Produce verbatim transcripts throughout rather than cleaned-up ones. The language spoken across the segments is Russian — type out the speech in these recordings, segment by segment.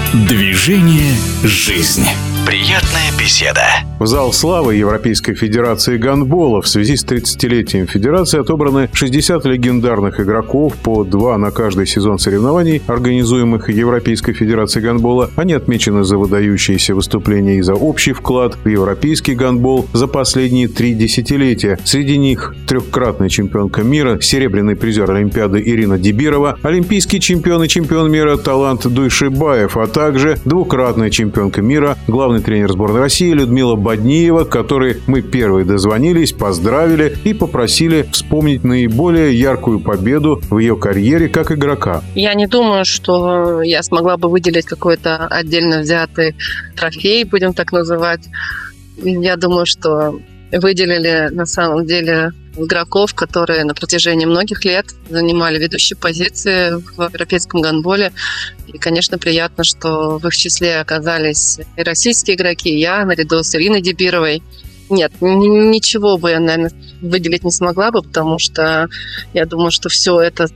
Движение «Жизнь». Приятная беседа. В зал славы Европейской Федерации гандбола в связи с тридцатилетием Федерации отобраны шестьдесят легендарных игроков, по два на каждый сезон соревнований, организуемых Европейской Федерацией гандбола. Они отмечены за выдающиеся выступления и за общий вклад в европейский гандбол за последние три десятилетия. Среди них трехкратная чемпионка мира, серебряный призер Олимпиады Ирина Дибирова, олимпийский чемпион и чемпион мира Талант Дуйшибаев, а также двукратная чемпионка мира, главный тренер сборной России Людмила Бодниева, к которой мы первые дозвонились, поздравили и попросили вспомнить наиболее яркую победу в ее карьере как игрока. Я не думаю, что я смогла бы выделить какой-то отдельно взятый трофей, будем так называть. Я думаю, что выделили на самом деле игроков, которые на протяжении многих лет занимали ведущие позиции в европейском гандболе. И, конечно, приятно, что в их числе оказались и российские игроки, и я, наряду с Ириной Дибировой. Нет, ничего бы я, наверное, выделить не смогла бы, потому что я думаю, что все это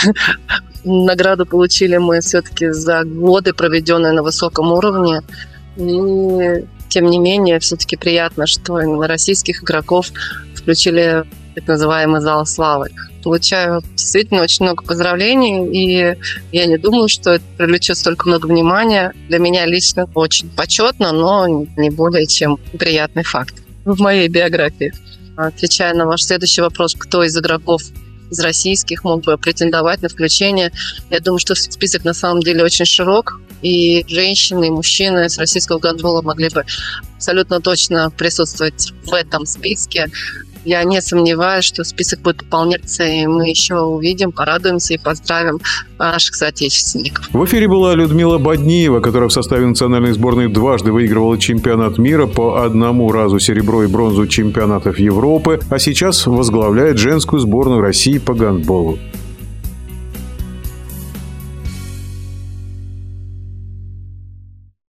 награду получили мы все-таки за годы, проведенные на высоком уровне. И тем не менее, все-таки приятно, что именно российских игроков включили в так называемый зал славы. Получаю действительно очень много поздравлений, и я не думаю, что это привлечет столько много внимания. Для меня лично очень почетно, но не более чем приятный факт в моей биографии. Отвечая на ваш следующий вопрос, кто из игроков из российских мог бы претендовать на включение, я думаю, что список на самом деле очень широк, и женщины, и мужчины с российского гандбола могли бы абсолютно точно присутствовать в этом списке. Я не сомневаюсь, что список будет пополняться, и мы еще увидим, порадуемся и поздравим наших соотечественников. В эфире была Людмила Бодниева, которая в составе национальной сборной дважды выигрывала чемпионат мира, по одному разу серебро и бронзу чемпионатов Европы, а сейчас возглавляет женскую сборную России по гандболу.